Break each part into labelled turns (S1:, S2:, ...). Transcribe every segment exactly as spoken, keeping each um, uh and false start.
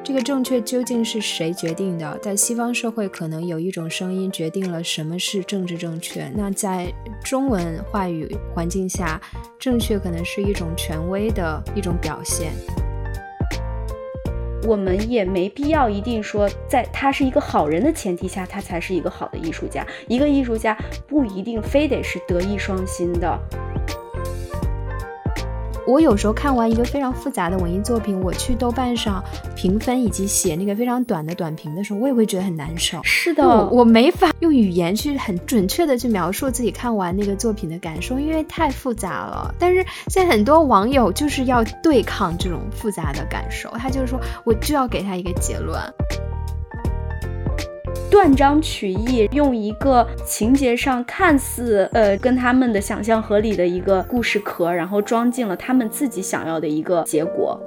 S1: 这个正确究竟是谁决定的？在西方社会可能有一种声音决定了什么是政治正确，那在中文话语环境下，正确可能是一种权威的一种表现。
S2: 我们也没必要一定说在他是一个好人的前提下他才是一个好的艺术家，一个艺术家不一定非得是德艺双馨的。
S1: 我有时候看完一个非常复杂的文艺作品，我去豆瓣上评分以及写那个非常短的短评的时候，我也会觉得很难受。
S2: 是的，
S1: 我我没法用语言去很准确的去描述自己看完那个作品的感受，因为太复杂了。但是现在很多网友就是要对抗这种复杂的感受，他就是说我就要给他一个结论，
S2: 断章取义，用一个情节上看似呃跟他们的想象合理的一个故事壳，然后装进了他们自己想要的一个结果。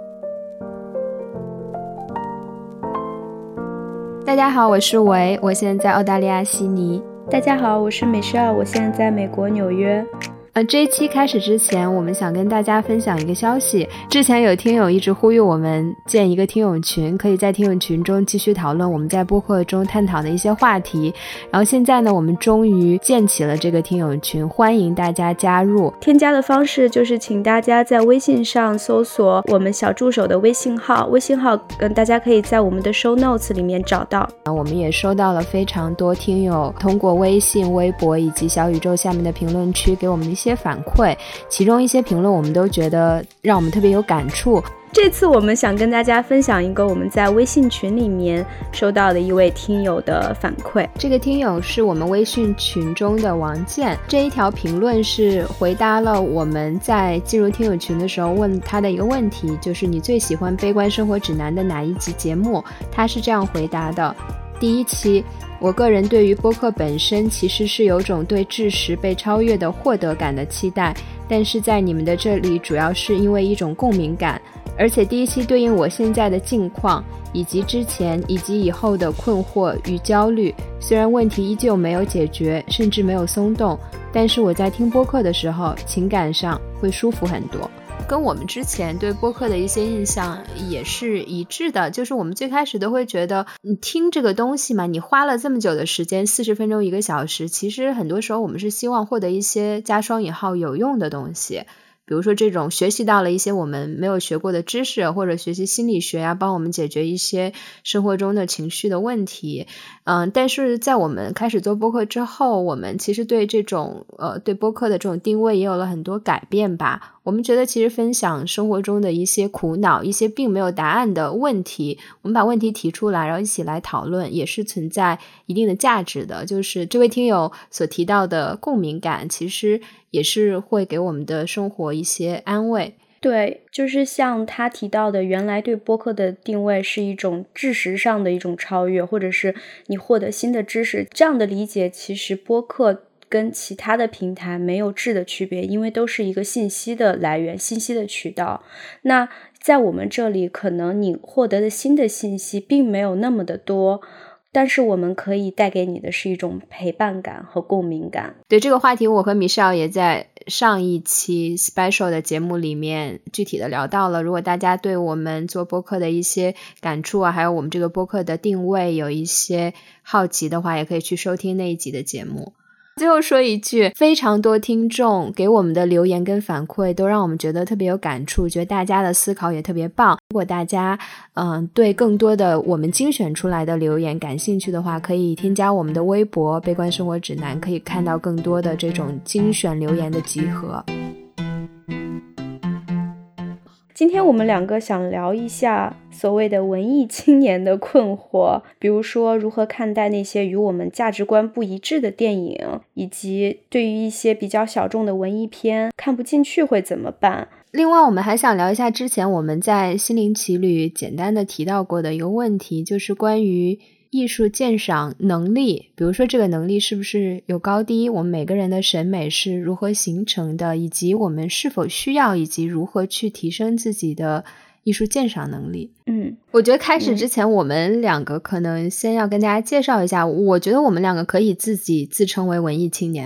S1: 大家好，我是维，我现在在澳大利亚悉尼。
S2: 大家好，我是美诗尔，我现在在美国纽约。
S1: 呃，这一期开始之前，我们想跟大家分享一个消息。之前有听友一直呼吁我们建一个听友群，可以在听友群中继续讨论我们在播客中探讨的一些话题。然后现在呢，我们终于建起了这个听友群，欢迎大家加入。
S2: 添加的方式就是请大家在微信上搜索我们小助手的微信号，微信号嗯，大家可以在我们的 show notes 里面找到。
S1: 我们也收到了非常多听友通过微信、微博以及小宇宙下面的评论区给我们的一些反馈，其中一些评论我们都觉得让我们特别有感触。
S2: 这次我们想跟大家分享一个我们在微信群里面收到的一位听友的反馈。
S1: 这个听友是我们微信群中的王健，这一条评论是回答了我们在进入听友群的时候问他的一个问题，就是你最喜欢悲观生活指南的哪一集节目？他是这样回答的：第一期，我个人对于播客本身其实是有种对知识被超越的获得感的期待，但是在你们的这里主要是因为一种共鸣感，而且第一期对应我现在的境况以及之前以及以后的困惑与焦虑，虽然问题依旧没有解决，甚至没有松动，但是我在听播客的时候情感上会舒服很多。跟我们之前对播客的一些印象也是一致的，就是我们最开始都会觉得你听这个东西嘛，你花了这么久的时间，四十分钟一个小时，其实很多时候我们是希望获得一些加双引号有用的东西，比如说这种学习到了一些我们没有学过的知识，或者学习心理学啊，帮我们解决一些生活中的情绪的问题。嗯，但是在我们开始做播客之后，我们其实对这种呃对播客的这种定位也有了很多改变吧。我们觉得其实分享生活中的一些苦恼，一些并没有答案的问题，我们把问题提出来，然后一起来讨论，也是存在一定的价值的。就是这位听友所提到的共鸣感，其实也是会给我们的生活一些安慰。
S2: 对，就是像他提到的，原来对播客的定位是一种知识上的一种超越，或者是你获得新的知识，这样的理解其实播客跟其他的平台没有质的区别，因为都是一个信息的来源，信息的渠道。那在我们这里，可能你获得的新的信息并没有那么的多，但是我们可以带给你的是一种陪伴感和共鸣感。
S1: 对这个话题，我和米少也在上一期 special 的节目里面具体的聊到了。如果大家对我们做播客的一些感触啊，还有我们这个播客的定位有一些好奇的话，也可以去收听那一集的节目。最后说一句，非常多听众给我们的留言跟反馈都让我们觉得特别有感触，觉得大家的思考也特别棒。如果大家嗯、呃、对更多的我们精选出来的留言感兴趣的话，可以添加我们的微博悲观生活指南，可以看到更多的这种精选留言的集合。
S2: 今天我们两个想聊一下所谓的文艺青年的困惑，比如说如何看待那些与我们价值观不一致的电影，以及对于一些比较小众的文艺片看不进去会怎么办。
S1: 另外我们还想聊一下之前我们在心灵奇旅简单的提到过的一个问题，就是关于艺术鉴赏能力，比如说这个能力是不是有高低，我们每个人的审美是如何形成的，以及我们是否需要以及如何去提升自己的艺术鉴赏能力。
S2: 嗯，
S1: 我觉得开始之前我们两个可能先要跟大家介绍一下，我觉得我们两个可以自己自称为文艺青年吧。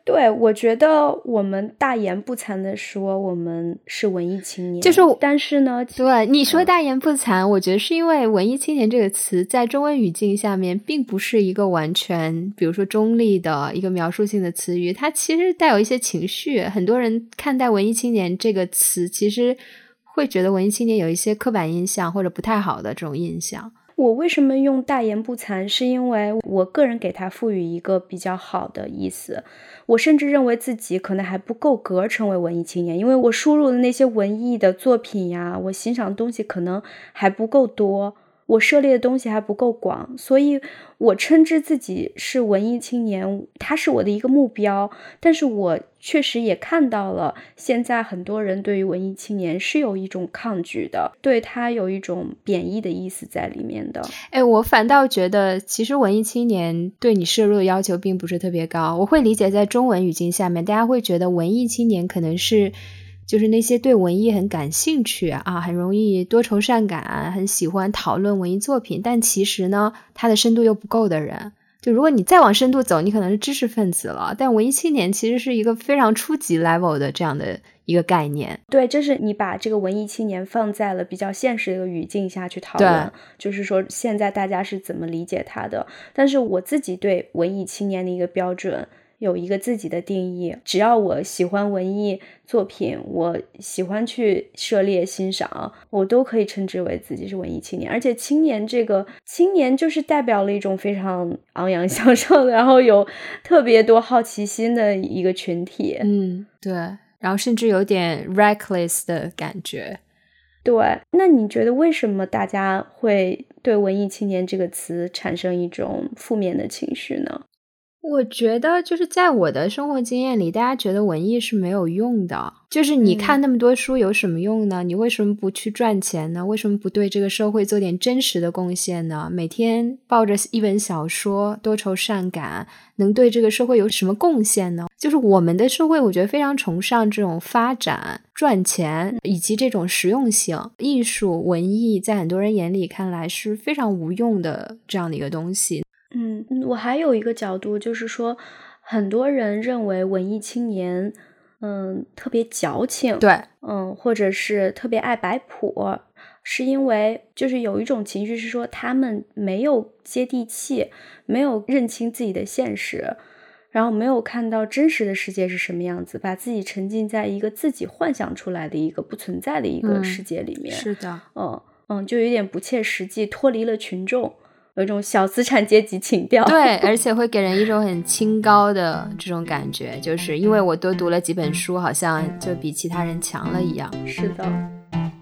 S2: 对，我觉得我们大言不惭的说我们是文艺青年，
S1: 就是
S2: 但是呢，
S1: 对你说大言不惭、嗯、我觉得是因为文艺青年这个词在中文语境下面并不是一个完全比如说中立的一个描述性的词语，它其实带有一些情绪，很多人看待文艺青年这个词其实会觉得文艺青年有一些刻板印象或者不太好的这种印象。
S2: 我为什么用大言不惭，是因为我个人给它赋予一个比较好的意思，我甚至认为自己可能还不够格成为文艺青年，因为我输入的那些文艺的作品呀，我欣赏的东西可能还不够多，我涉猎的东西还不够广，所以我称之自己是文艺青年，它是我的一个目标。但是我确实也看到了现在很多人对于文艺青年是有一种抗拒的，对它有一种贬义的意思在里面的。
S1: 哎，我反倒觉得其实文艺青年对你摄入的要求并不是特别高，我会理解在中文语境下面大家会觉得文艺青年可能是就是那些对文艺很感兴趣啊，很容易多愁善感，很喜欢讨论文艺作品，但其实呢他的深度又不够的人。就如果你再往深度走，你可能是知识分子了，但文艺青年其实是一个非常初级 level 的这样的一个概念。
S2: 对，这是你把这个文艺青年放在了比较现实的一个语境下去讨论，就是说现在大家是怎么理解它的。但是我自己对文艺青年的一个标准有一个自己的定义，只要我喜欢文艺作品，我喜欢去涉猎欣赏，我都可以称之为自己是文艺青年。而且青年这个青年就是代表了一种非常昂扬向上的，然后有特别多好奇心的一个群体。
S1: 嗯，对，然后甚至有点 reckless 的感觉。
S2: 对，那你觉得为什么大家会对文艺青年这个词产生一种负面的情绪呢？
S1: 我觉得就是在我的生活经验里，大家觉得文艺是没有用的，就是你看那么多书有什么用呢？嗯、你为什么不去赚钱呢？为什么不对这个社会做点真实的贡献呢？每天抱着一本小说多愁善感，能对这个社会有什么贡献呢？就是我们的社会我觉得非常崇尚这种发展赚钱以及这种实用性，艺术文艺在很多人眼里看来是非常无用的这样的一个东西。
S2: 嗯，我还有一个角度，就是说很多人认为文艺青年嗯特别矫情，
S1: 对，
S2: 嗯，或者是特别爱摆谱，是因为就是有一种情绪是说他们没有接地气，没有认清自己的现实，然后没有看到真实的世界是什么样子，把自己沉浸在一个自己幻想出来的一个不存在的一个世界里面。
S1: 嗯、是的，
S2: 嗯嗯，就有点不切实际，脱离了群众，有一种小资产阶级情调。
S1: 对，而且会给人一种很清高的这种感觉，就是因为我多读了几本书，好像就比其他人强了一样。
S2: 是的。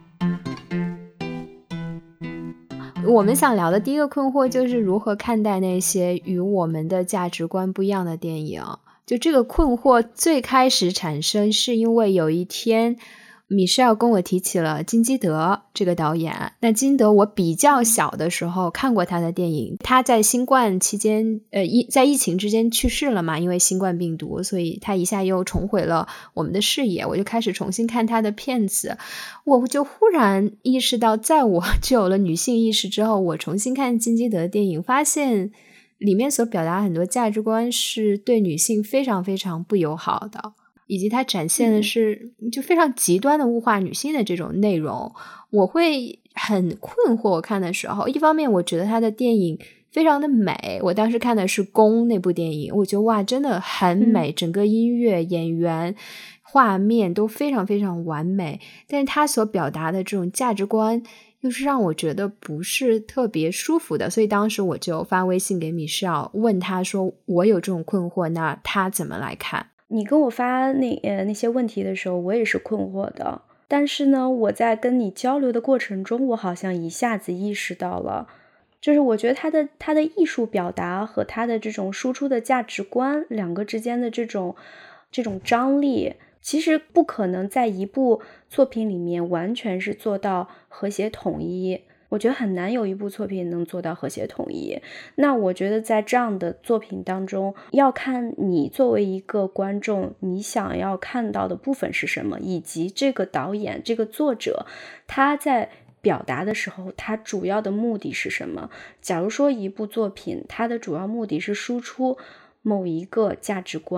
S1: 我们想聊的第一个困惑就是如何看待那些与我们的价值观不一样的电影。就这个困惑最开始产生是因为有一天米歇尔跟我提起了金基德这个导演。那金德我比较小的时候看过他的电影，他在新冠期间呃，在疫情之间去世了嘛，因为新冠病毒，所以他一下又重回了我们的视野，我就开始重新看他的片子。我就忽然意识到，在我具有了女性意识之后，我重新看金基德的电影，发现里面所表达很多价值观是对女性非常非常不友好的，以及它展现的是就非常极端的物化女性的这种内容。我会很困惑，我看的时候一方面我觉得他的电影非常的美，我当时看的是宫那部电影，我觉得哇真的很美、嗯、整个音乐演员画面都非常非常完美，但是他所表达的这种价值观又是让我觉得不是特别舒服的，所以当时我就发微信给米歇尔，问他说我有这种困惑，那他怎么来看？
S2: 你跟我发那呃那些问题的时候，我也是困惑的。但是呢，我在跟你交流的过程中，我好像一下子意识到了，就是我觉得他的他的艺术表达和他的这种输出的价值观两个之间的这种这种张力，其实不可能在一部作品里面完全是做到和谐统一。我觉得很难有一部作品能做到和谐统一。那我觉得在这样的作品当中，要看你作为一个观众，你想要看到的部分是什么，以及这个导演这个作者他在表达的时候他主要的目的是什么。假如说一部作品它的主要目的是输出某一个价值观，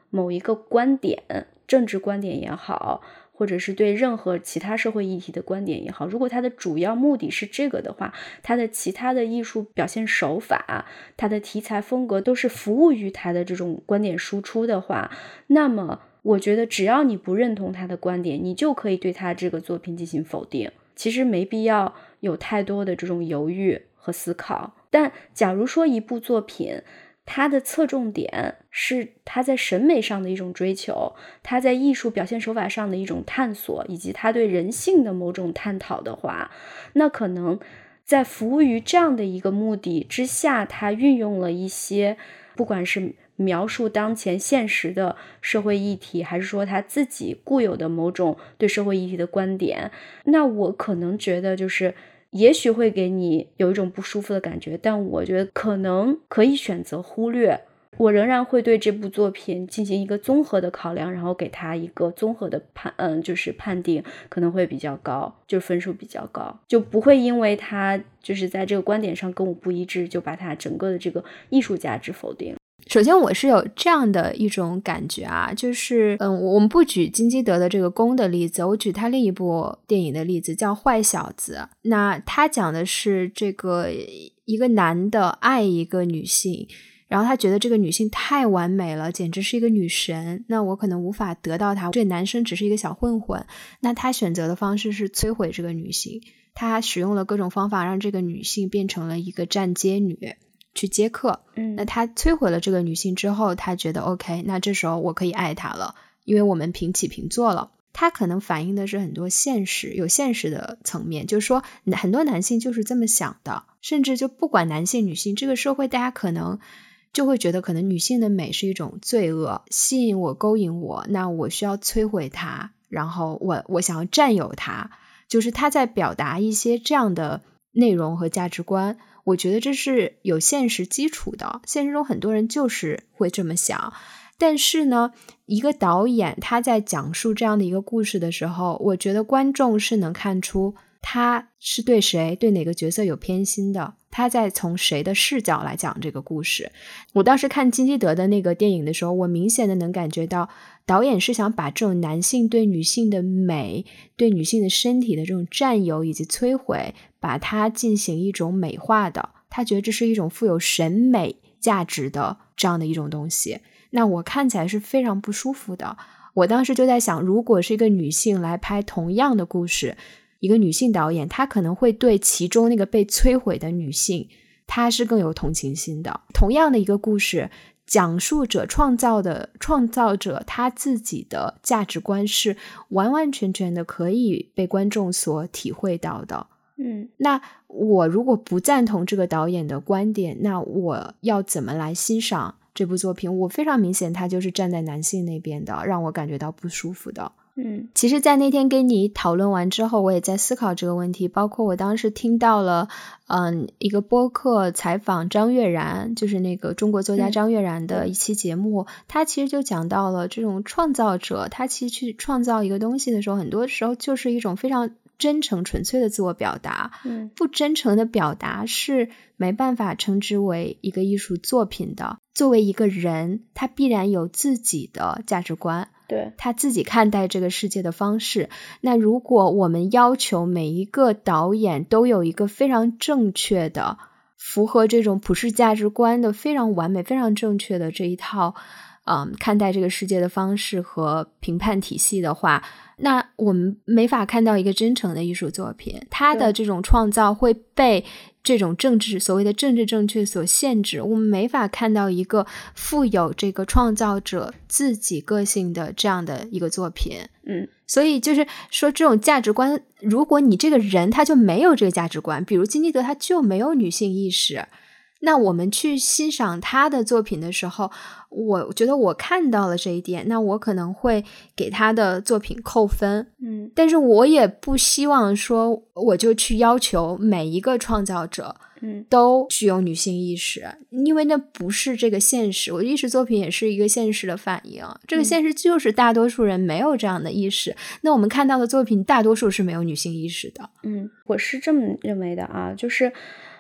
S2: 某一个观点，政治观点也好，或者是对任何其他社会议题的观点也好，如果它的主要目的是这个的话，它的其他的艺术表现手法，它的题材风格都是服务于它的这种观点输出的话，那么我觉得只要你不认同他的观点，你就可以对他这个作品进行否定，其实没必要有太多的这种犹豫和思考。但假如说一部作品它的侧重点是它在审美上的一种追求，它在艺术表现手法上的一种探索，以及它对人性的某种探讨的话，那可能在服务于这样的一个目的之下，它运用了一些不管是描述当前现实的社会议题，还是说他自己固有的某种对社会议题的观点，那我可能觉得就是也许会给你有一种不舒服的感觉，但我觉得可能可以选择忽略。我仍然会对这部作品进行一个综合的考量，然后给他一个综合的判嗯，就是判定可能会比较高，就分数比较高，就不会因为他就是在这个观点上跟我不一致，就把他整个的这个艺术价值否定。
S1: 首先我是有这样的一种感觉啊，就是嗯，我们不举金基德的这个宫的例子，我举他另一部电影的例子叫坏小子。那他讲的是这个一个男的爱一个女性，然后他觉得这个女性太完美了，简直是一个女神，那我可能无法得到她，这个男生只是一个小混混，那他选择的方式是摧毁这个女性，他使用了各种方法让这个女性变成了一个站街女去接客。
S2: 嗯，
S1: 那他摧毁了这个女性之后，他觉得 OK， 那这时候我可以爱她了，因为我们平起平坐了。他可能反映的是很多现实，有现实的层面，就是说很多男性就是这么想的，甚至就不管男性女性，这个社会大家可能就会觉得可能女性的美是一种罪恶，吸引我勾引我，那我需要摧毁她，然后我我想要占有她，就是他在表达一些这样的内容和价值观。我觉得这是有现实基础的，现实中很多人就是会这么想。但是呢，一个导演他在讲述这样的一个故事的时候，我觉得观众是能看出他是对谁对哪个角色有偏心的，他在从谁的视角来讲这个故事。我当时看金基德的那个电影的时候，我明显的能感觉到导演是想把这种男性对女性的美，对女性的身体的这种占有以及摧毁，把它进行一种美化的，他觉得这是一种富有审美价值的这样的一种东西，那我看起来是非常不舒服的。我当时就在想，如果是一个女性来拍同样的故事，一个女性导演，她可能会对其中那个被摧毁的女性，她是更有同情心的。同样的一个故事，讲述者创造的创造者他自己的价值观是完完全全的可以被观众所体会到的。
S2: 嗯，
S1: 那我如果不赞同这个导演的观点，那我要怎么来欣赏这部作品？我非常明显他就是站在男性那边的，让我感觉到不舒服的。
S2: 嗯，
S1: 其实在那天跟你讨论完之后，我也在思考这个问题，包括我当时听到了嗯，一个播客采访张悦然，就是那个中国作家张悦然的一期节目，嗯、他其实就讲到了这种创造者，他其实去创造一个东西的时候，很多时候就是一种非常真诚纯粹的自我表达，
S2: 嗯，
S1: 不真诚的表达是没办法称之为一个艺术作品的。作为一个人，他必然有自己的价值观，
S2: 对，
S1: 他自己看待这个世界的方式。那如果我们要求每一个导演都有一个非常正确的符合这种普世价值观的非常完美非常正确的这一套嗯，看待这个世界的方式和评判体系的话，那我们没法看到一个真诚的艺术作品，它的这种创造会被这种政治所谓的政治正确所限制，我们没法看到一个富有这个创造者自己个性的这样的一个作品。
S2: 嗯，
S1: 所以就是说这种价值观，如果你这个人他就没有这个价值观，比如金基德他就没有女性意识，那我们去欣赏他的作品的时候，我觉得我看到了这一点，那我可能会给他的作品扣分。
S2: 嗯，
S1: 但是我也不希望说我就去要求每一个创造者
S2: 嗯，
S1: 都具有女性意识，因为那不是这个现实。我的艺术作品也是一个现实的反应，这个现实就是大多数人没有这样的意识，嗯、那我们看到的作品大多数是没有女性意识的。
S2: 嗯，我是这么认为的啊，就是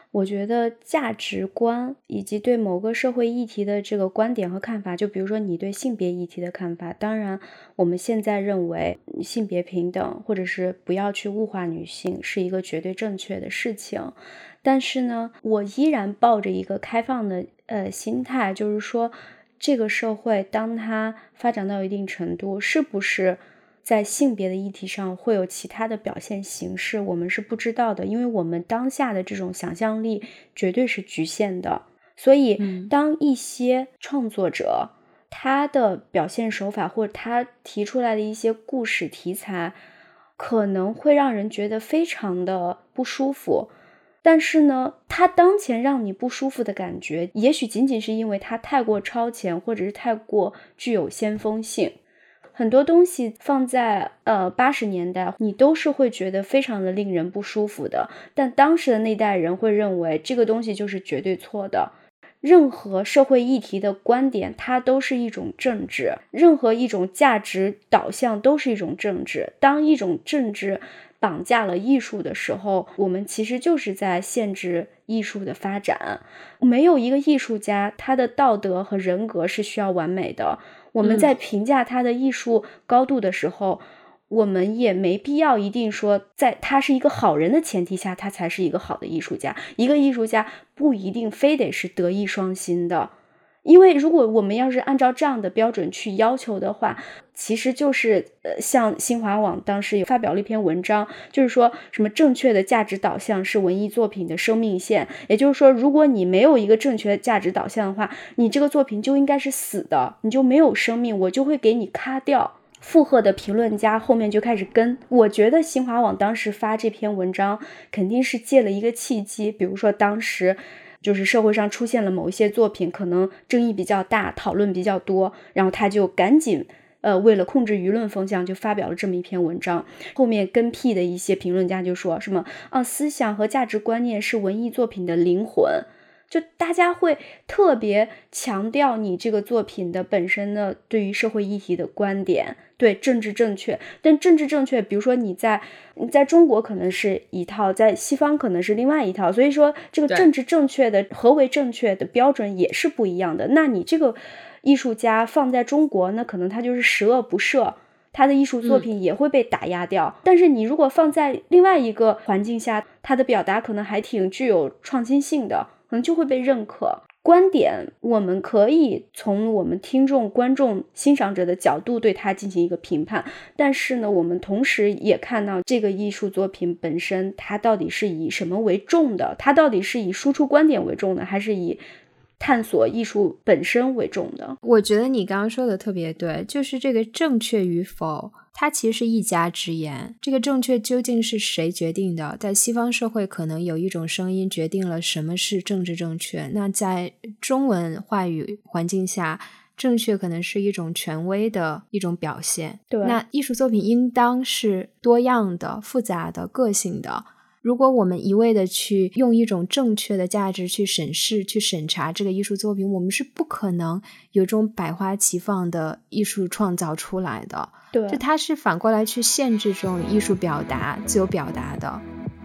S2: 我觉得价值观以及对某个社会议题的这个观点和看法，就比如说你对性别议题的看法，当然我们现在认为性别平等或者是不要去物化女性是一个绝对正确的事情，但是呢，我依然抱着一个开放的呃心态，就是说这个社会当它发展到一定程度，是不是在性别的议题上会有其他的表现形式，我们是不知道的，因为我们当下的这种想象力绝对是局限的。所以当一些创作者他的表现手法或者他提出来的一些故事题材可能会让人觉得非常的不舒服，但是呢，他当前让你不舒服的感觉也许仅仅是因为他太过超前或者是太过具有先锋性。很多东西放在呃八十年代，你都是会觉得非常的令人不舒服的，但当时的那代人会认为这个东西就是绝对错的。任何社会议题的观点，它都是一种政治，任何一种价值导向都是一种政治。当一种政治绑架了艺术的时候，我们其实就是在限制艺术的发展。没有一个艺术家，他的道德和人格是需要完美的。我们在评价他的艺术高度的时候、嗯、我们也没必要一定说在他是一个好人的前提下他才是一个好的艺术家。一个艺术家不一定非得是德艺双馨的，因为如果我们要是按照这样的标准去要求的话，其实就是呃，像新华网当时有发表了一篇文章，就是说什么正确的价值导向是文艺作品的生命线，也就是说如果你没有一个正确的价值导向的话，你这个作品就应该是死的，你就没有生命，我就会给你咔掉。附和的评论家后面就开始跟，我觉得新华网当时发这篇文章肯定是借了一个契机，比如说当时就是社会上出现了某一些作品可能争议比较大，讨论比较多，然后他就赶紧呃，为了控制舆论风向就发表了这么一篇文章。后面跟屁的一些评论家就说什么啊，思想和价值观念是文艺作品的灵魂，就大家会特别强调你这个作品的本身的对于社会议题的观点，对政治正确。但政治正确比如说你在你在中国可能是一套，在西方可能是另外一套，所以说这个政治正确的何为正确的标准也是不一样的。那你这个艺术家放在中国，那可能他就是十恶不赦，他的艺术作品也会被打压掉、嗯、但是你如果放在另外一个环境下，他的表达可能还挺具有创新性的，可能就会被认可。观点我们可以从我们听众、观众、欣赏者的角度对它进行一个评判，但是呢，我们同时也看到这个艺术作品本身它到底是以什么为重的，它到底是以输出观点为重的，还是以探索艺术本身为重的。
S1: 我觉得你刚刚说的特别对，就是这个正确与否它其实是一家之言，这个正确究竟是谁决定的？在西方社会可能有一种声音决定了什么是政治正确，那在中文话语环境下，正确可能是一种权威的一种表现。
S2: 对，
S1: 那艺术作品应当是多样的、复杂的、个性的。如果我们一味的去用一种正确的价值去审视、去审查这个艺术作品，我们是不可能有这种百花齐放的艺术创造出来的。
S2: 对，
S1: 就它是反过来去限制这种艺术表达、自由表达的。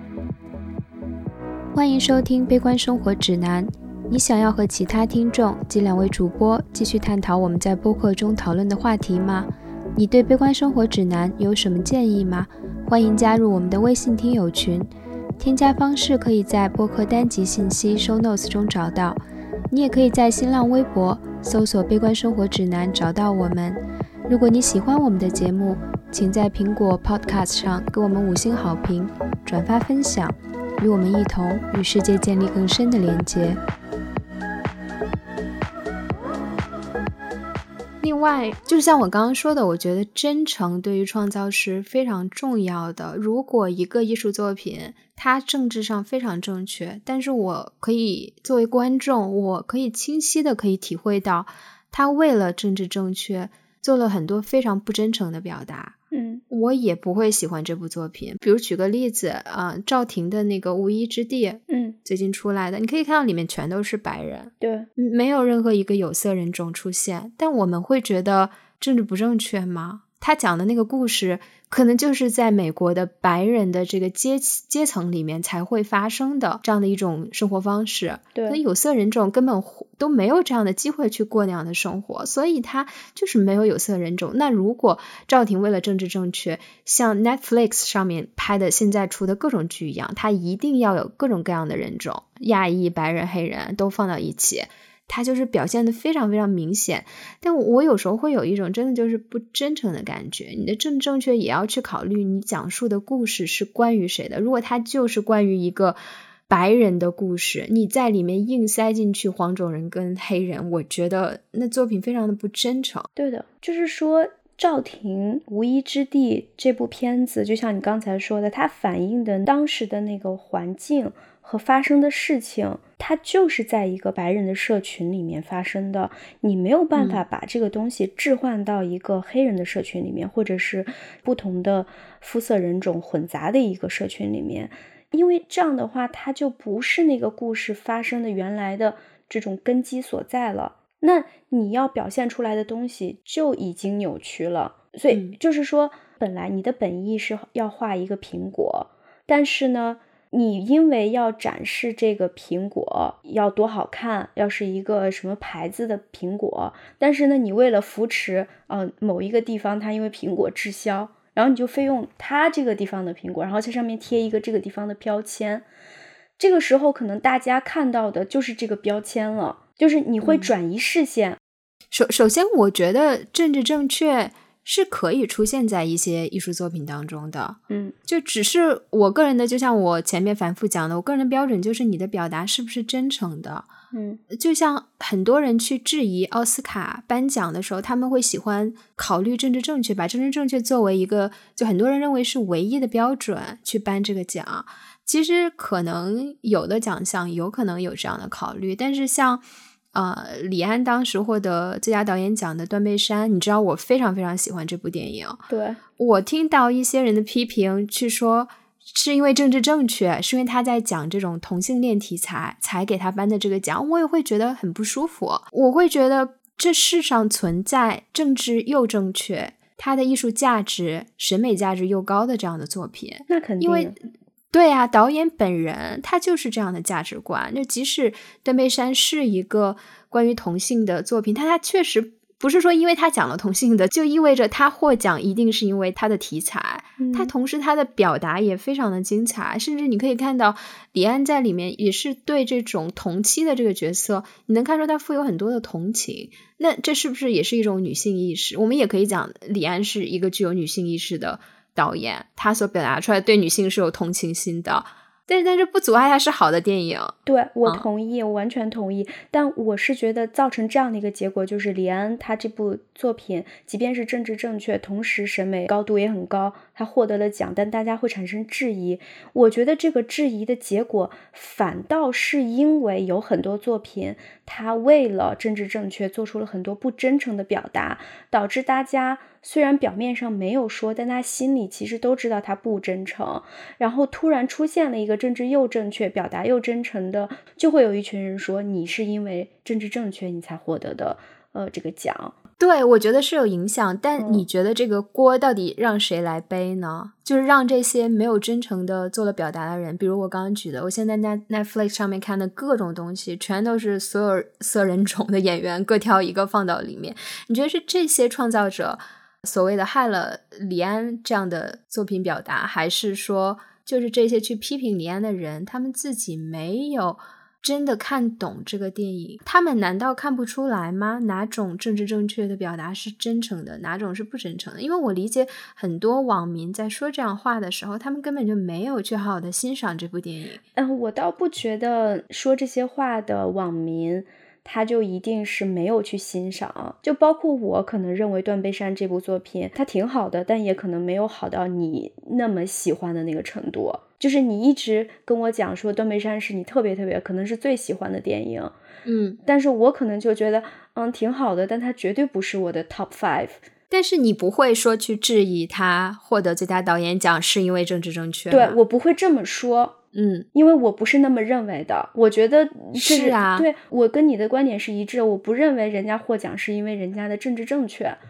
S1: 欢迎收听《悲观生活指南》，你想要和其他听众及两位主播继续探讨我们在播客中讨论的话题吗？你对《悲观生活指南》有什么建议吗？欢迎加入我们的微信听友群。添加方式可以在播客单集信息 show notes 中找到，你也可以在新浪微博搜索悲观生活指南找到我们。如果你喜欢我们的节目，请在苹果 podcast 上给我们五星好评，转发分享，与我们一同与世界建立更深的连接。另外，就像我刚刚说的，我觉得真诚对于创造是非常重要的。如果一个艺术作品它政治上非常正确，但是我可以作为观众，我可以清晰的可以体会到他为了政治正确做了很多非常不真诚的表达，
S2: 嗯，
S1: 我也不会喜欢这部作品。比如举个例子啊、呃，赵婷的那个无依之地，
S2: 嗯，
S1: 最近出来的，你可以看到里面全都是白人，
S2: 对，
S1: 没有任何一个有色人种出现，但我们会觉得政治不正确吗？ 他讲的那个故事可能就是在美国的白人的这个阶阶层里面才会发生的这样的一种生活方式。
S2: 对，
S1: 那有色人种根本都没有这样的机会去过那样的生活，所以他就是没有有色人种。那如果赵婷为了政治正确，像 Netflix 上面拍的现在出的各种剧一样，他一定要有各种各样的人种，亚裔、白人、黑人都放到一起，他就是表现的非常非常明显。但我有时候会有一种真的就是不真诚的感觉，你的政治正确也要去考虑你讲述的故事是关于谁的。如果它就是关于一个白人的故事，你在里面硬塞进去黄种人跟黑人，我觉得那作品非常的不真诚。
S2: 对的，就是说赵婷无依之地这部片子就像你刚才说的，它反映的当时的那个环境和发生的事情，它就是在一个白人的社群里面发生的，你没有办法把这个东西置换到一个黑人的社群里面、嗯、或者是不同的肤色人种混杂的一个社群里面，因为这样的话它就不是那个故事发生的原来的这种根基所在了，那你要表现出来的东西就已经扭曲了。所以就是说、嗯、本来你的本意是要画一个苹果，但是呢你因为要展示这个苹果要多好看，要是一个什么牌子的苹果，但是呢你为了扶持呃某一个地方它因为苹果滞销，然后你就非用它这个地方的苹果，然后在上面贴一个这个地方的标签，这个时候可能大家看到的就是这个标签了，就是你会转移视线、嗯、
S1: 首首先我觉得政治正确是可以出现在一些艺术作品当中的，
S2: 嗯，
S1: 就只是我个人的，就像我前面反复讲的，我个人的标准就是你的表达是不是真诚的，
S2: 嗯，
S1: 就像很多人去质疑奥斯卡颁奖的时候，他们会喜欢考虑政治正确，把政治正确作为一个就很多人认为是唯一的标准去颁这个奖。其实可能有的奖项有可能有这样的考虑，但是像呃，李安当时获得最佳导演奖的《断背山》，你知道我非常非常喜欢这部电影。
S2: 对，
S1: 我听到一些人的批评去说是因为政治正确，是因为他在讲这种同性恋题材才给他颁的这个奖，我也会觉得很不舒服。我会觉得这世上存在政治又正确，它的艺术价值、审美价值又高的这样的作品，
S2: 那肯定，
S1: 因为对啊，导演本人他就是这样的价值观。就即使断背山是一个关于同性的作品，但他确实不是说因为他讲了同性的就意味着他获奖一定是因为他的题材、嗯、他同时他的表达也非常的精彩，甚至你可以看到李安在里面也是对这种同妻的这个角色，你能看出他富有很多的同情。那这是不是也是一种女性意识？我们也可以讲李安是一个具有女性意识的导演，他所表达出来对女性是有同情心的，但是但是不阻碍它是好的电影。
S2: 对，我同意、嗯、我完全同意。但我是觉得造成这样的一个结果，就是李安他这部作品即便是政治正确，同时审美高度也很高，他获得了奖，但大家会产生质疑。我觉得这个质疑的结果反倒是因为有很多作品他为了政治正确做出了很多不真诚的表达，导致大家虽然表面上没有说，但他心里其实都知道他不真诚，然后突然出现了一个政治又正确表达又真诚的，就会有一群人说你是因为政治正确你才获得的呃这个奖。
S1: 对，我觉得是有影响，但你觉得这个锅到底让谁来背呢？嗯、就是让这些没有真诚的做了表达的人，比如我刚刚举的，我现在在 Netflix 上面看的各种东西全都是所有色人种的演员各挑一个放到里面，你觉得是这些创造者所谓的害了李安这样的作品表达，还是说就是这些去批评李安的人他们自己没有真的看懂这个电影？他们难道看不出来吗？哪种政治正确的表达是真诚的，哪种是不真诚的？因为我理解很多网民在说这样话的时候，他们根本就没有去好好的欣赏这部电影。
S2: 嗯，我倒不觉得说这些话的网民他就一定是没有去欣赏，就包括我可能认为断背山这部作品它挺好的，但也可能没有好到你那么喜欢的那个程度。就是你一直跟我讲说断背山是你特别特别可能是最喜欢的电影，
S1: 嗯，
S2: 但是我可能就觉得嗯挺好的，但它绝对不是我的 top five。
S1: 但是你不会说去质疑他获得最佳导演奖是因为政治正确吗？
S2: 对，我不会这么说，
S1: 嗯，
S2: 因为我不是那么认为的。我觉得
S1: 是啊，
S2: 对，我跟你的观点是一致，我不认为人家获奖是因为人家的政治正确，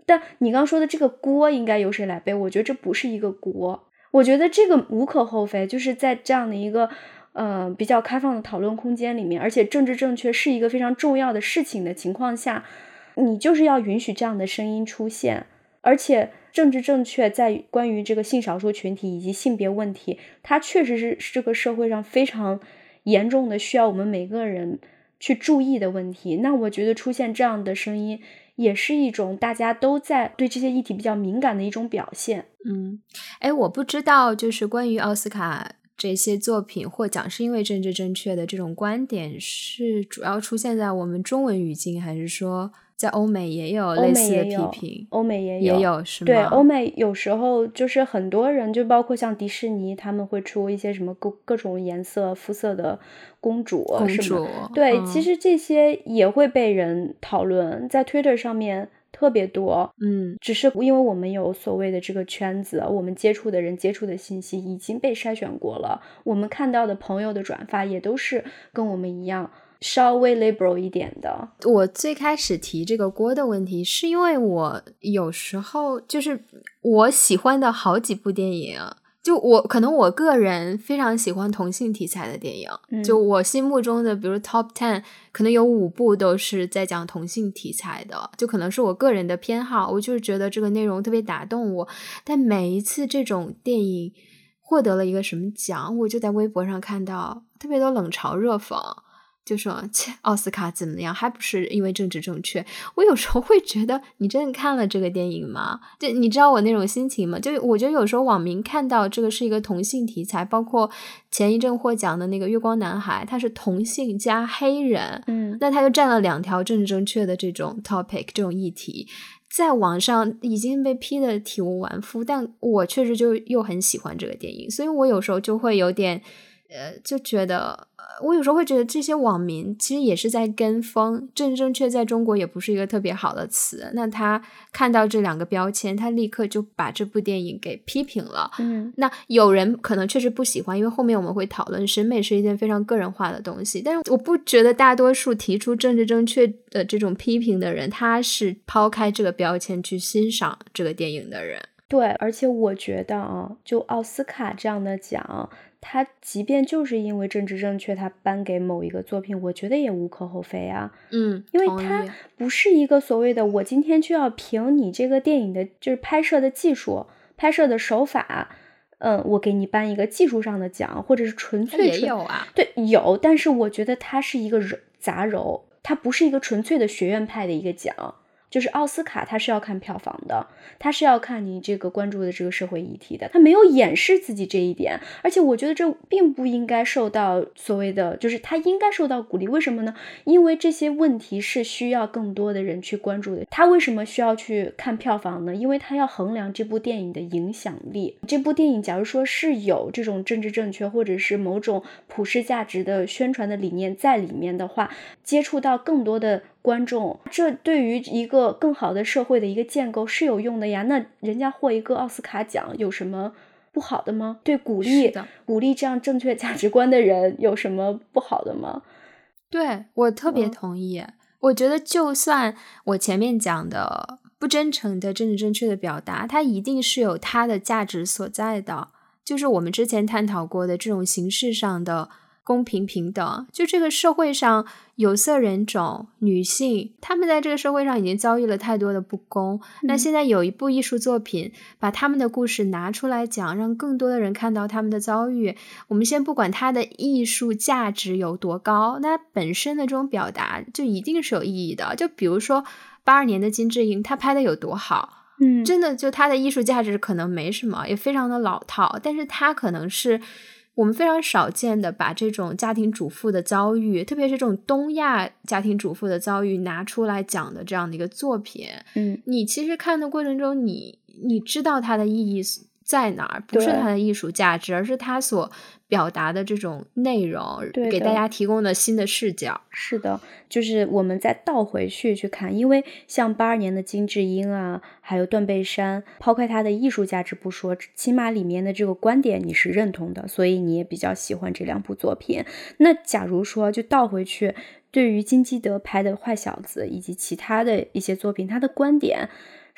S2: 但你刚说的这个锅应该由谁来背，我觉得这不是一个锅，我觉得这个无可厚非，就是在这样的一个呃比较开放的讨论空间里面，而且政治正确是一个非常重要的事情的情况下，你就是要允许这样的声音出现。而且政治正确在关于这个性少数群体以及性别问题，它确实是这个社会上非常严重的需要我们每个人去注意的问题。那我觉得出现这样的声音也是一种大家都在对这些议题比较敏感的一种表现。
S1: 嗯，哎，我不知道就是关于奥斯卡这些作品获奖是因为政治正确的这种观点是主要出现在我们中文语境，还是说在欧美也有类似的批评？
S2: 欧美也有，
S1: 也有是吗？
S2: 对，欧美有时候就是很多人，就包括像迪士尼，他们会出一些什么各各种颜色肤色的公主，
S1: 公主，
S2: 对、
S1: 嗯，
S2: 其实这些也会被人讨论，在 Twitter 上面特别多。
S1: 嗯，
S2: 只是因为我们有所谓的这个圈子，我们接触的人接触的信息已经被筛选过了，我们看到的朋友的转发也都是跟我们一样稍微 liberal 一点的。
S1: 我最开始提这个锅的问题是因为我有时候就是我喜欢的好几部电影，就我可能我个人非常喜欢同性题材的电影、嗯、就我心目中的比如 top ten 可能有五部都是在讲同性题材的，就可能是我个人的偏好，我就是觉得这个内容特别打动我。但每一次这种电影获得了一个什么奖，我就在微博上看到特别多冷嘲热讽，就说切奥斯卡怎么样，还不是因为政治正确。我有时候会觉得你真的看了这个电影吗？就你知道我那种心情吗？就我觉得有时候网民看到这个是一个同性题材，包括前一阵获奖的那个月光男孩，他是同性加黑人，
S2: 嗯，
S1: 那他就占了两条政治正确的这种 topic 这种议题，在网上已经被批得体无完肤，但我确实就又很喜欢这个电影，所以我有时候就会有点呃，就觉得我有时候会觉得这些网民其实也是在跟风，政治正确在中国也不是一个特别好的词，那他看到这两个标签，他立刻就把这部电影给批评了。
S2: 嗯，
S1: 那有人可能确实不喜欢，因为后面我们会讨论审美是一件非常个人化的东西，但是我不觉得大多数提出政治正确的这种批评的人，他是抛开这个标签去欣赏这个电影的人。
S2: 对，而且我觉得啊，就奥斯卡这样的奖，它即便就是因为政治正确，它颁给某一个作品，我觉得也无可厚非啊。
S1: 嗯，
S2: 因为它不是一个所谓的我今天就要评你这个电影的就是拍摄的技术、拍摄的手法，嗯，我给你颁一个技术上的奖，或者是纯粹
S1: 也有啊，
S2: 对，有，但是我觉得它是一个杂糅，它不是一个纯粹的学院派的一个奖。就是奥斯卡它是要看票房的，它是要看你这个关注的这个社会议题的，它没有掩饰自己这一点，而且我觉得这并不应该受到所谓的，就是它应该受到鼓励。为什么呢？因为这些问题是需要更多的人去关注的。它为什么需要去看票房呢？因为它要衡量这部电影的影响力。这部电影假如说是有这种政治正确或者是某种普世价值的宣传的理念在里面的话，接触到更多的观众，这对于一个更好的社会的一个建构是有用的呀。那人家获一个奥斯卡奖有什么不好的吗？对，鼓励鼓励这样正确价值观的人有什么不好的吗？
S1: 对，我特别同意、嗯、我觉得就算我前面讲的不真诚的政治正确的表达，它一定是有它的价值所在的，就是我们之前探讨过的这种形式上的公平平等。就这个社会上有色人种、女性，他们在这个社会上已经遭遇了太多的不公、嗯、那现在有一部艺术作品把他们的故事拿出来讲，让更多的人看到他们的遭遇，我们先不管它的艺术价值有多高，那本身的这种表达就一定是有意义的。就比如说八二年的金智英，他拍的有多好，
S2: 嗯，
S1: 真的就他的艺术价值可能没什么，也非常的老套，但是他可能是我们非常少见的把这种家庭主妇的遭遇，特别是这种东亚家庭主妇的遭遇拿出来讲的这样的一个作品。
S2: 嗯，
S1: 你其实看的过程中，你你知道它的意义在哪儿，不是它的艺术价值，而是它所表达的这种内容给大家提供的新的视角。
S2: 是的，就是我们再倒回去去看，因为像八二年的金智英啊，还有断背山，抛开它的艺术价值不说，起码里面的这个观点你是认同的，所以你也比较喜欢这两部作品。那假如说就倒回去，对于金基德拍的坏小子以及其他的一些作品，他的观点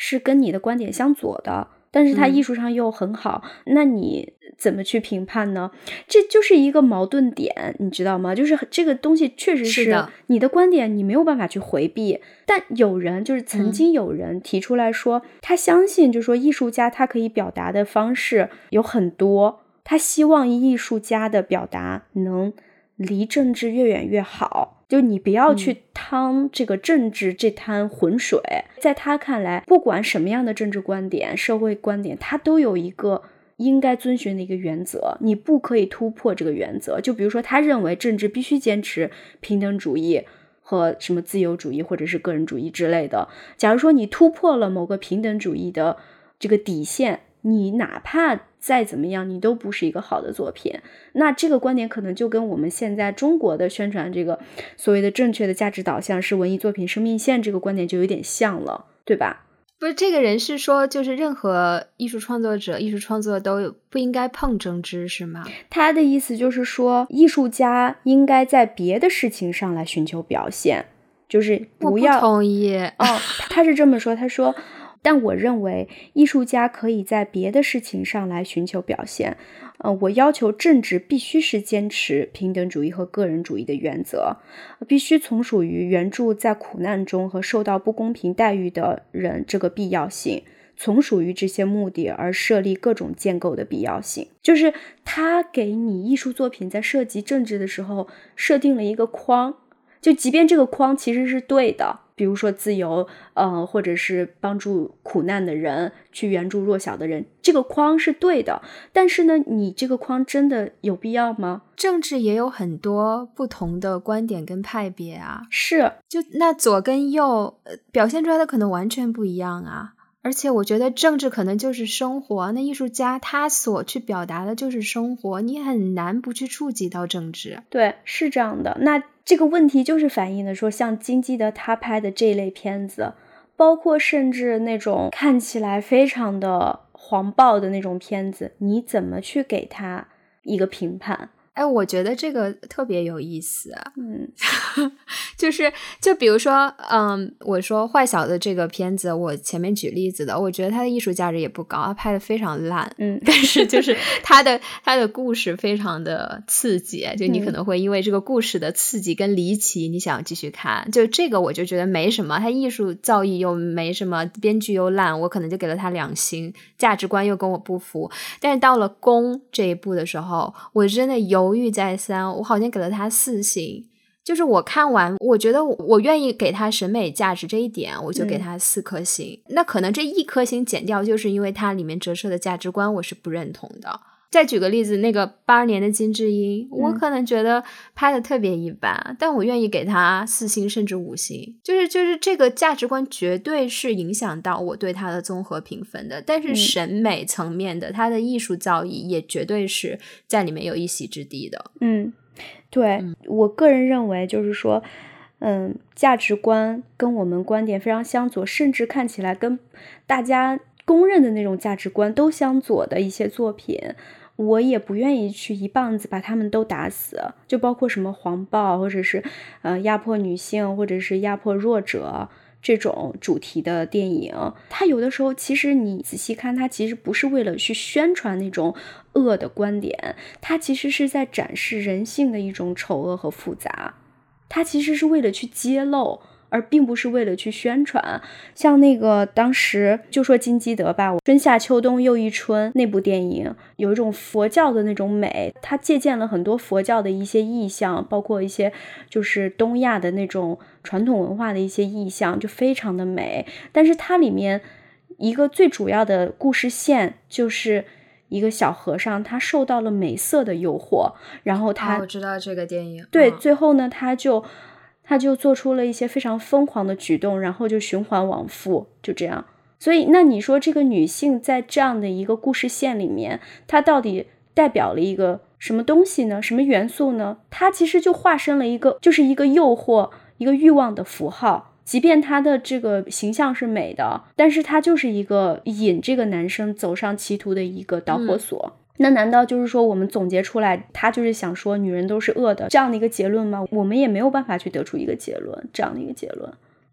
S2: 是跟你的观点相左的，但是它艺术上又很好、嗯、那你怎么去评判呢？这就是一个矛盾点，你知道吗？就是这个东西确实是你的观点你没有办法去回避，但有人就是曾经有人提出来说、嗯、他相信就是说艺术家他可以表达的方式有很多，他希望艺术家的表达能离政治越远越好，就你不要去趟这个政治这滩浑水、嗯、在他看来不管什么样的政治观点社会观点，他都有一个应该遵循的一个原则，你不可以突破这个原则。就比如说他认为政治必须坚持平等主义和什么自由主义或者是个人主义之类的，假如说你突破了某个平等主义的这个底线，你哪怕再怎么样你都不是一个好的作品。那这个观点可能就跟我们现在中国的宣传这个所谓的正确的价值导向是文艺作品生命线这个观点就有点像了，对吧？
S1: 不是，这个人是说就是任何艺术创作者艺术创作都不应该碰政治是吗？
S2: 他的意思就是说艺术家应该在别的事情上来寻求表现，就是不要。
S1: 我不同意
S2: 哦，他是这么说，他说但我认为艺术家可以在别的事情上来寻求表现，呃，我要求政治必须是坚持平等主义和个人主义的原则，必须从属于援助在苦难中和受到不公平待遇的人这个必要性，从属于这些目的而设立各种建构的必要性。就是他给你艺术作品在涉及政治的时候设定了一个框，就即便这个框其实是对的，比如说自由呃，或者是帮助苦难的人，去援助弱小的人，这个框是对的，但是呢你这个框真的有必要吗？
S1: 政治也有很多不同的观点跟派别啊，
S2: 是，
S1: 就那左跟右表现出来的可能完全不一样啊。而且我觉得政治可能就是生活，那艺术家他所去表达的就是生活，你很难不去触及到政治。
S2: 对，是这样的。那这个问题就是反映的说，像金基德他拍的这一类片子，包括甚至那种看起来非常的黄暴的那种片子，你怎么去给他一个评判？
S1: 哎，我觉得这个特别有意思。
S2: 嗯，
S1: 就是就比如说，嗯，我说坏小子这个片子，我前面举例子的，我觉得它的艺术价值也不高，它拍的非常烂，
S2: 嗯，
S1: 但是就是它的它的故事非常的刺激，就你可能会因为这个故事的刺激跟离奇，你想继续看，就这个我就觉得没什么，它艺术造诣又没什么，编剧又烂，我可能就给了它两星，价值观又跟我不符。但是到了宫这一部的时候，我真的有犹豫再三，我好像给了他四星，就是我看完我觉得我愿意给他审美价值这一点，我就给他四颗星、嗯、那可能这一颗星减掉就是因为它里面折射的价值观我是不认同的。再举个例子，那个八二年的金智英、嗯、我可能觉得拍的特别一般，但我愿意给他四星甚至五星，就是就是这个价值观绝对是影响到我对他的综合评分的，但是审美层面的、嗯、他的艺术造诣也绝对是在里面有一席之地的。
S2: 嗯，对、嗯、我个人认为就是说嗯，价值观跟我们观点非常相左，甚至看起来跟大家公认的那种价值观都相左的一些作品，我也不愿意去一棒子把他们都打死，就包括什么黄暴或者是呃压迫女性或者是压迫弱者这种主题的电影，它有的时候其实你仔细看，它其实不是为了去宣传那种恶的观点，它其实是在展示人性的一种丑恶和复杂，它其实是为了去揭露，而并不是为了去宣传。像那个当时就说金基德吧，春夏秋冬又一春那部电影有一种佛教的那种美，它借鉴了很多佛教的一些意象，包括一些就是东亚的那种传统文化的一些意象，就非常的美。但是它里面一个最主要的故事线就是一个小和尚，他受到了美色的诱惑，然后他、
S1: 哦、我知道这个电影，
S2: 对、
S1: 哦、
S2: 最后呢他就他就做出了一些非常疯狂的举动，然后就循环往复，就这样。所以那你说这个女性在这样的一个故事线里面，她到底代表了一个什么东西呢？什么元素呢？她其实就化身了一个就是一个诱惑一个欲望的符号，即便她的这个形象是美的，但是她就是一个引这个男生走上歧途的一个导火索、嗯那难道就是说我们总结出来他就是想说女人都是恶的这样的一个结论吗？我们也没有办法去得出一个结论，这样的一个结论。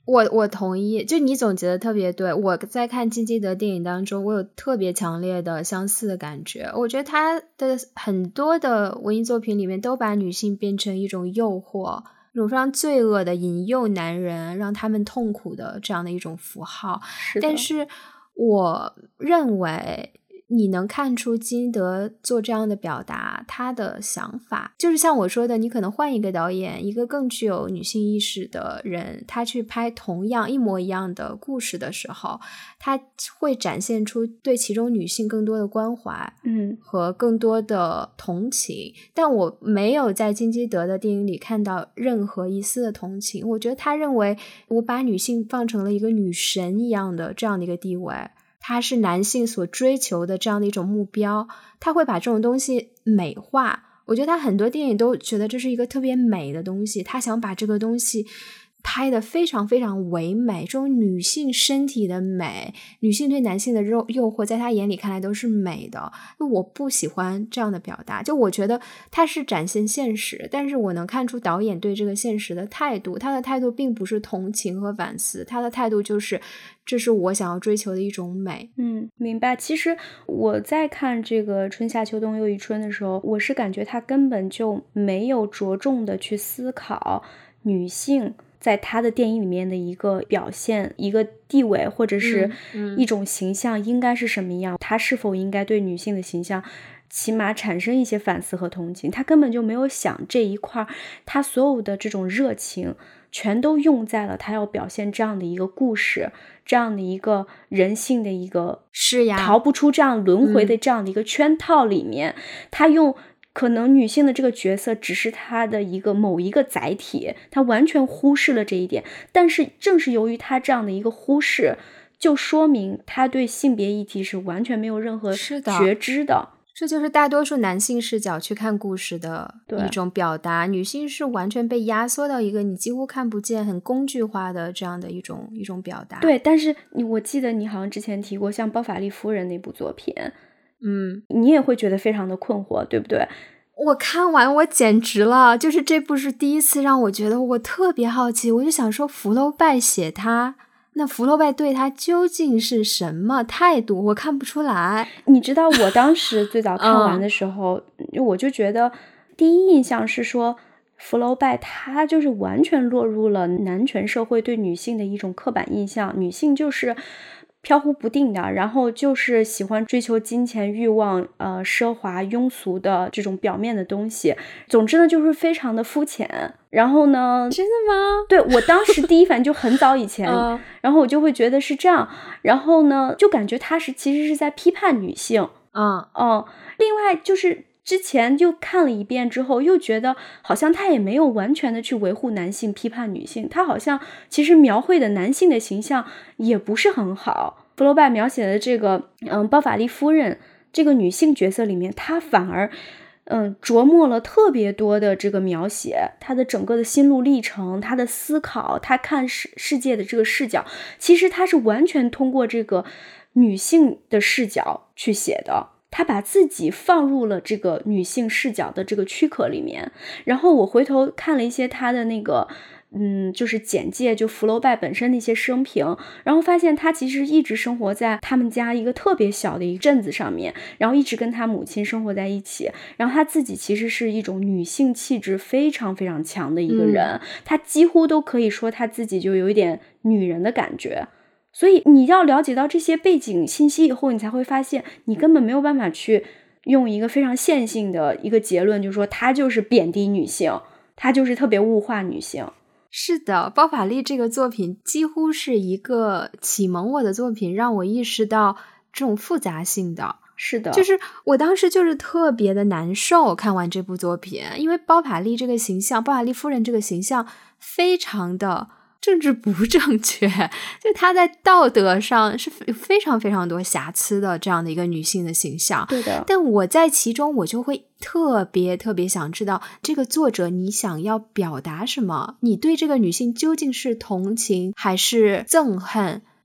S1: 我我同意，就你总结的特别对。我在看金基德电影当中，我有特别强烈的相似的感觉。我觉得他的很多的文艺作品里面都把女性变成一种诱惑，一种非常罪恶的引诱男人，让他们痛苦的这样的一种符号。
S2: 是的。
S1: 但是我认为你能看出金德做这样的表达他的想法，就是像我说的，你可能换一个导演，一个更具有女性意识的人，他去拍同样一模一样的故事的时候，他会展现出对其中女性更多的关怀
S2: 嗯，
S1: 和更多的同情。但我没有在金基德的电影里看到任何一丝的同情，我觉得他认为我把女性放成了一个女神一样的这样的一个地位，它是男性所追求的这样的一种目标，他会把这种东西美化。我觉得他很多电影都觉得这是一个特别美的东西，他想把这个东西拍得非常非常唯美，这种女性身体的美，女性对男性的诱惑，在他眼里看来都是美的。我不喜欢这样的表达，就我觉得他是展现现实，但是我能看出导演对这个现实的态度，他的态度并不是同情和反思，他的态度就是这是我想要追求的一种美。
S2: 嗯，明白。其实我在看这个春夏秋冬又一春的时候，我是感觉他根本就没有着重的去思考女性在他的电影里面的一个表现，一个地位，或者是一种形象应该是什么样，他是否应该对女性的形象起码产生一些反思和同情，他根本就没有想这一块，他所有的这种热情全都用在了他要表现这样的一个故事，这样的一个人性的一个
S1: 是呀，
S2: 逃不出这样轮回的这样的一个圈套里面、嗯、他用可能女性的这个角色只是他的一个某一个载体，他完全忽视了这一点。但是正是由于他这样的一个忽视，就说明他对性别议题是完全没有任何觉知的。
S1: 这就是大多数男性视角去看故事的一种表达，女性是完全被压缩到一个你几乎看不见很工具化的这样的一种一种表达。
S2: 对，但是你我记得你好像之前提过像包法利夫人那部作品，
S1: 嗯，
S2: 你也会觉得非常的困惑，对不对？
S1: 我看完我简直了，就是这部是第一次让我觉得我特别好奇，我就想说福楼拜写他，那福楼拜对他究竟是什么态度？我看不出来。
S2: 你知道我当时最早看完的时候、嗯、我就觉得第一印象是说福楼拜他就是完全落入了男权社会对女性的一种刻板印象，女性就是飘忽不定的，然后就是喜欢追求金钱欲望呃，奢华庸俗的这种表面的东西，总之呢就是非常的肤浅。然后呢，
S1: 真的吗？
S2: 对，我当时第一反应就很早以前、uh, 然后我就会觉得是这样，然后呢就感觉他是其实是在批判女性。
S1: 嗯
S2: 嗯，另外就是之前就看了一遍之后又觉得好像他也没有完全的去维护男性批判女性，他好像其实描绘的男性的形象也不是很好。福楼拜描写的这个嗯包法利夫人这个女性角色里面，他反而嗯琢磨了特别多的这个描写，他的整个的心路历程，他的思考，他看世世界的这个视角，其实他是完全通过这个女性的视角去写的，他把自己放入了这个女性视角的这个躯壳里面。然后我回头看了一些他的那个嗯，就是简介，就福楼拜本身的一些生平，然后发现他其实一直生活在他们家一个特别小的一个镇子上面，然后一直跟他母亲生活在一起，然后他自己其实是一种女性气质非常非常强的一个人、嗯、他几乎都可以说他自己就有一点女人的感觉。所以你要了解到这些背景信息以后，你才会发现你根本没有办法去用一个非常线性的一个结论，就是说他就是贬低女性，他就是特别物化女性。
S1: 是的，包法利这个作品几乎是一个启蒙我的作品，让我意识到这种复杂性的。
S2: 是的，
S1: 就是我当时就是特别的难受，看完这部作品，因为包法利这个形象，包法利夫人这个形象非常的政治不正确，就她在道德上是非常非常多瑕疵的这样的一个女性的形象。
S2: 对的，
S1: 但我在其中我就会特别特别想知道这个作者你想要表达什么，你对这个女性究竟是同情还是憎恨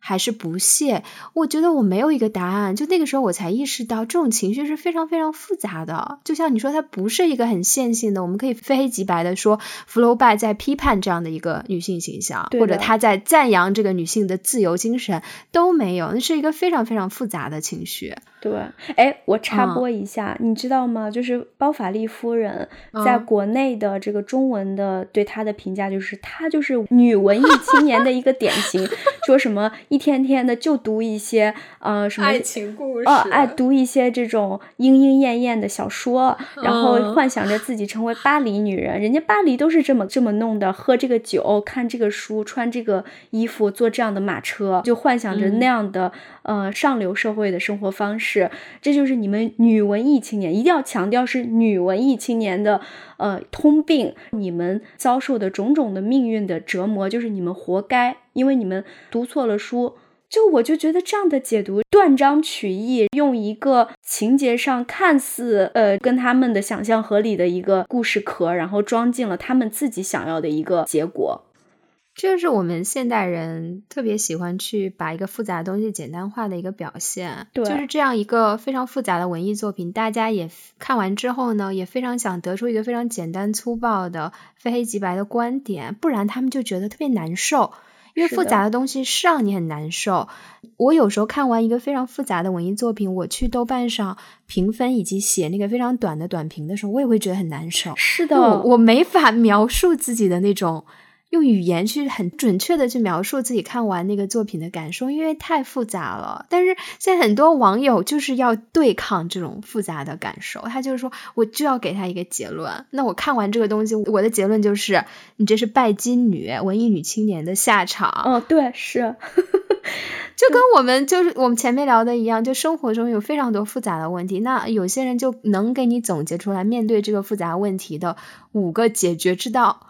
S1: 还是不屑？我觉得我没有一个答案，就那个时候我才意识到这种情绪是非常非常复杂的。就像你说，它不是一个很线性的，我们可以非黑即白的说福楼拜在批判这样的一个女性形象，或者他在赞扬这个女性的自由精神，都没有，那是一个非常非常复杂的情绪。
S2: 对，哎，我插播一下、嗯、你知道吗，就是包法利夫人在国内的这个中文的对她的评价就是她就是女文艺青年的一个典型说什么一天天的就读一些呃什么
S1: 爱情故事，
S2: 呃爱读一些这种莺莺燕燕的小说，然后幻想着自己成为巴黎女人、嗯、人家巴黎都是这么这么弄的，喝这个酒，看这个书，穿这个衣服，坐这样的马车，就幻想着那样的、嗯、呃上流社会的生活方式。这就是你们女文艺青年，一定要强调是女文艺青年的呃通病，你们遭受的种种的命运的折磨就是你们活该，因为你们读错了书。就我就觉得这样的解读断章取义，用一个情节上看似呃跟他们的想象合理的一个故事壳，然后装进了他们自己想要的一个结果。
S1: 这是我们现代人特别喜欢去把一个复杂的东西简单化的一个表现。
S2: 对，
S1: 就是这样一个非常复杂的文艺作品，大家也看完之后呢，也非常想得出一个非常简单粗暴的非黑即白的观点，不然他们就觉得特别难受。因为复杂的东西是让你很难受。我有时候看完一个非常复杂的文艺作品，我去豆瓣上评分以及写那个非常短的短评的时候，我也会觉得很难受。
S2: 是的，
S1: 我我没法描述自己的那种，用语言去很准确的去描述自己看完那个作品的感受，因为太复杂了。但是现在很多网友就是要对抗这种复杂的感受，他就是说我就要给他一个结论，那我看完这个东西，我的结论就是你这是拜金女文艺女青年的下场。
S2: 哦，对，是
S1: 就跟我们就是我们前面聊的一样，就生活中有非常多复杂的问题，那有些人就能给你总结出来面对这个复杂问题的五个解决之道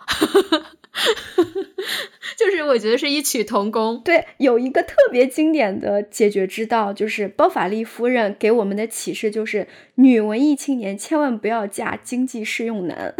S1: 就是我觉得是异曲同工。
S2: 对，有一个特别经典的解决之道，就是包法利夫人给我们的启示就是女文艺青年千万不要嫁经济适用男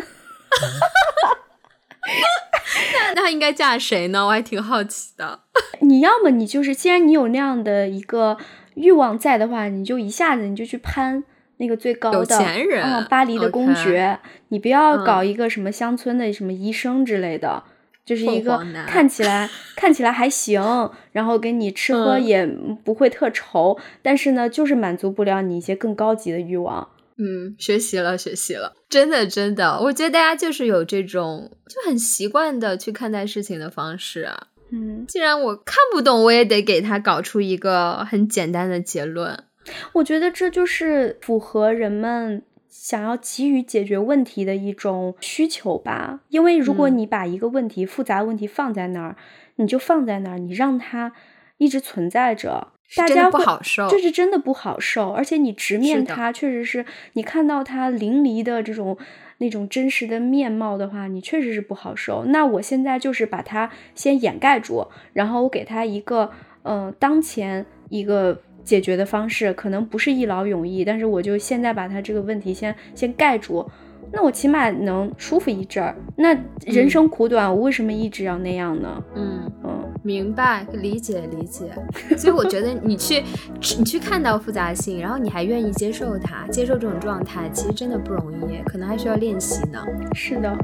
S1: 那那应该嫁谁呢？我还挺好奇的。
S2: 你要么你就是既然你有那样的一个欲望在的话，你就一下子你就去攀那个最高的
S1: 有钱人、
S2: 嗯、巴黎的公爵、okay. 你不要搞一个什么乡村的什么医生之类的、嗯、就是一个看起来看起来还行，然后跟你吃喝也不会特愁、嗯、但是呢就是满足不了你一些更高级的欲望。
S1: 嗯，学习了学习了，真的真的，我觉得大家就是有这种就很习惯的去看待事情的方式啊。
S2: 嗯，
S1: 既然我看不懂，我也得给他搞出一个很简单的结论。
S2: 我觉得这就是符合人们想要急于解决问题的一种需求吧。因为如果你把一个问题、嗯、复杂问题放在那儿，你就放在那儿，你让它一直存在着，大家
S1: 不好受，
S2: 这是真的不好受。而且你直面它，确实是你看到它淋漓的这种那种真实的面貌的话，你确实是不好受。那我现在就是把它先掩盖住，然后我给它一个呃当前一个解决的方式，可能不是一劳永逸，但是我就现在把它这个问题先先盖住，那我起码能舒服一阵儿。那人生苦短、嗯、我为什么一直要那样呢？
S1: 嗯嗯，明白，理解理解。所以我觉得你去你去看到复杂性，然后你还愿意接受它，接受这种状态，其实真的不容易，可能还需要练习呢。
S2: 是的。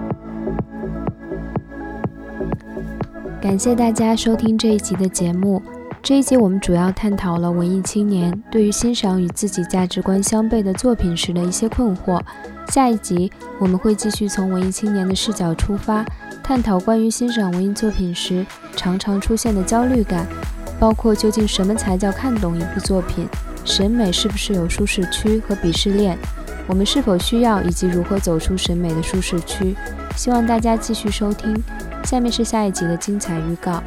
S1: 感谢大家收听这一集的节目。这一集我们主要探讨了文艺青年对于欣赏与自己价值观相悖的作品时的一些困惑。下一集我们会继续从文艺青年的视角出发，探讨关于欣赏文艺作品时常常出现的焦虑感，包括究竟什么才叫看懂一部作品，审美是不是有舒适区和鄙视链，我们是否需要以及如何走出审美的舒适区。希望大家继续收听，下面是下一集的精彩预告。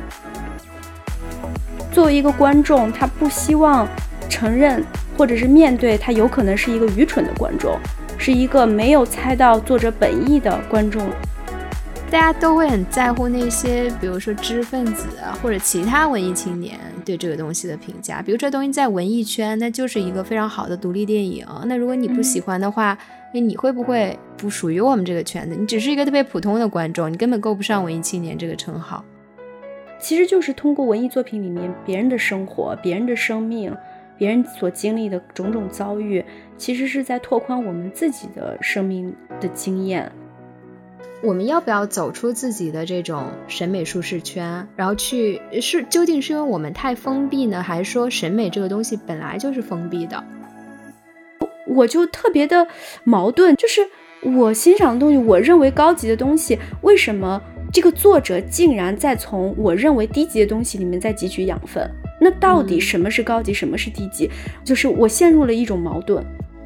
S2: 作为一个观众，他不希望承认或者是面对他有可能是一个愚蠢的观众，是一个没有猜到作者本意的观众。
S1: 大家都会很在乎那些比如说知识分子啊或者其他文艺青年对这个东西的评价，比如这东西在文艺圈那就是一个非常好的独立电影，那如果你不喜欢的话、嗯、你会不会不属于我们这个圈子，你只是一个特别普通的观众，你根本够不上文艺青年这个称号。
S2: 其实就是通过文艺作品里面别人的生活、别人的生命、别人所经历的种种遭遇，其实是在拓宽我们自己的生命的经验。
S1: 我们要不要走出自己的这种审美舒适圈，然后去是究竟是因为我们太封闭呢，还是说审美这个东西本来就是封闭的？
S2: 我就特别的矛盾，就是我欣赏的东西，我认为高级的东西，为什么这个作者竟然在从我认为低级的东西里面再汲取养分？那到底什么是高级，嗯、什么是低级？就是我陷入了一种矛盾。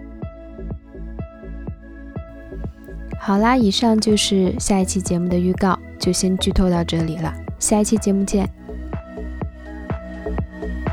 S1: 好啦，以上就是下一期节目的预告，就先剧透到这里了，下一期节目见。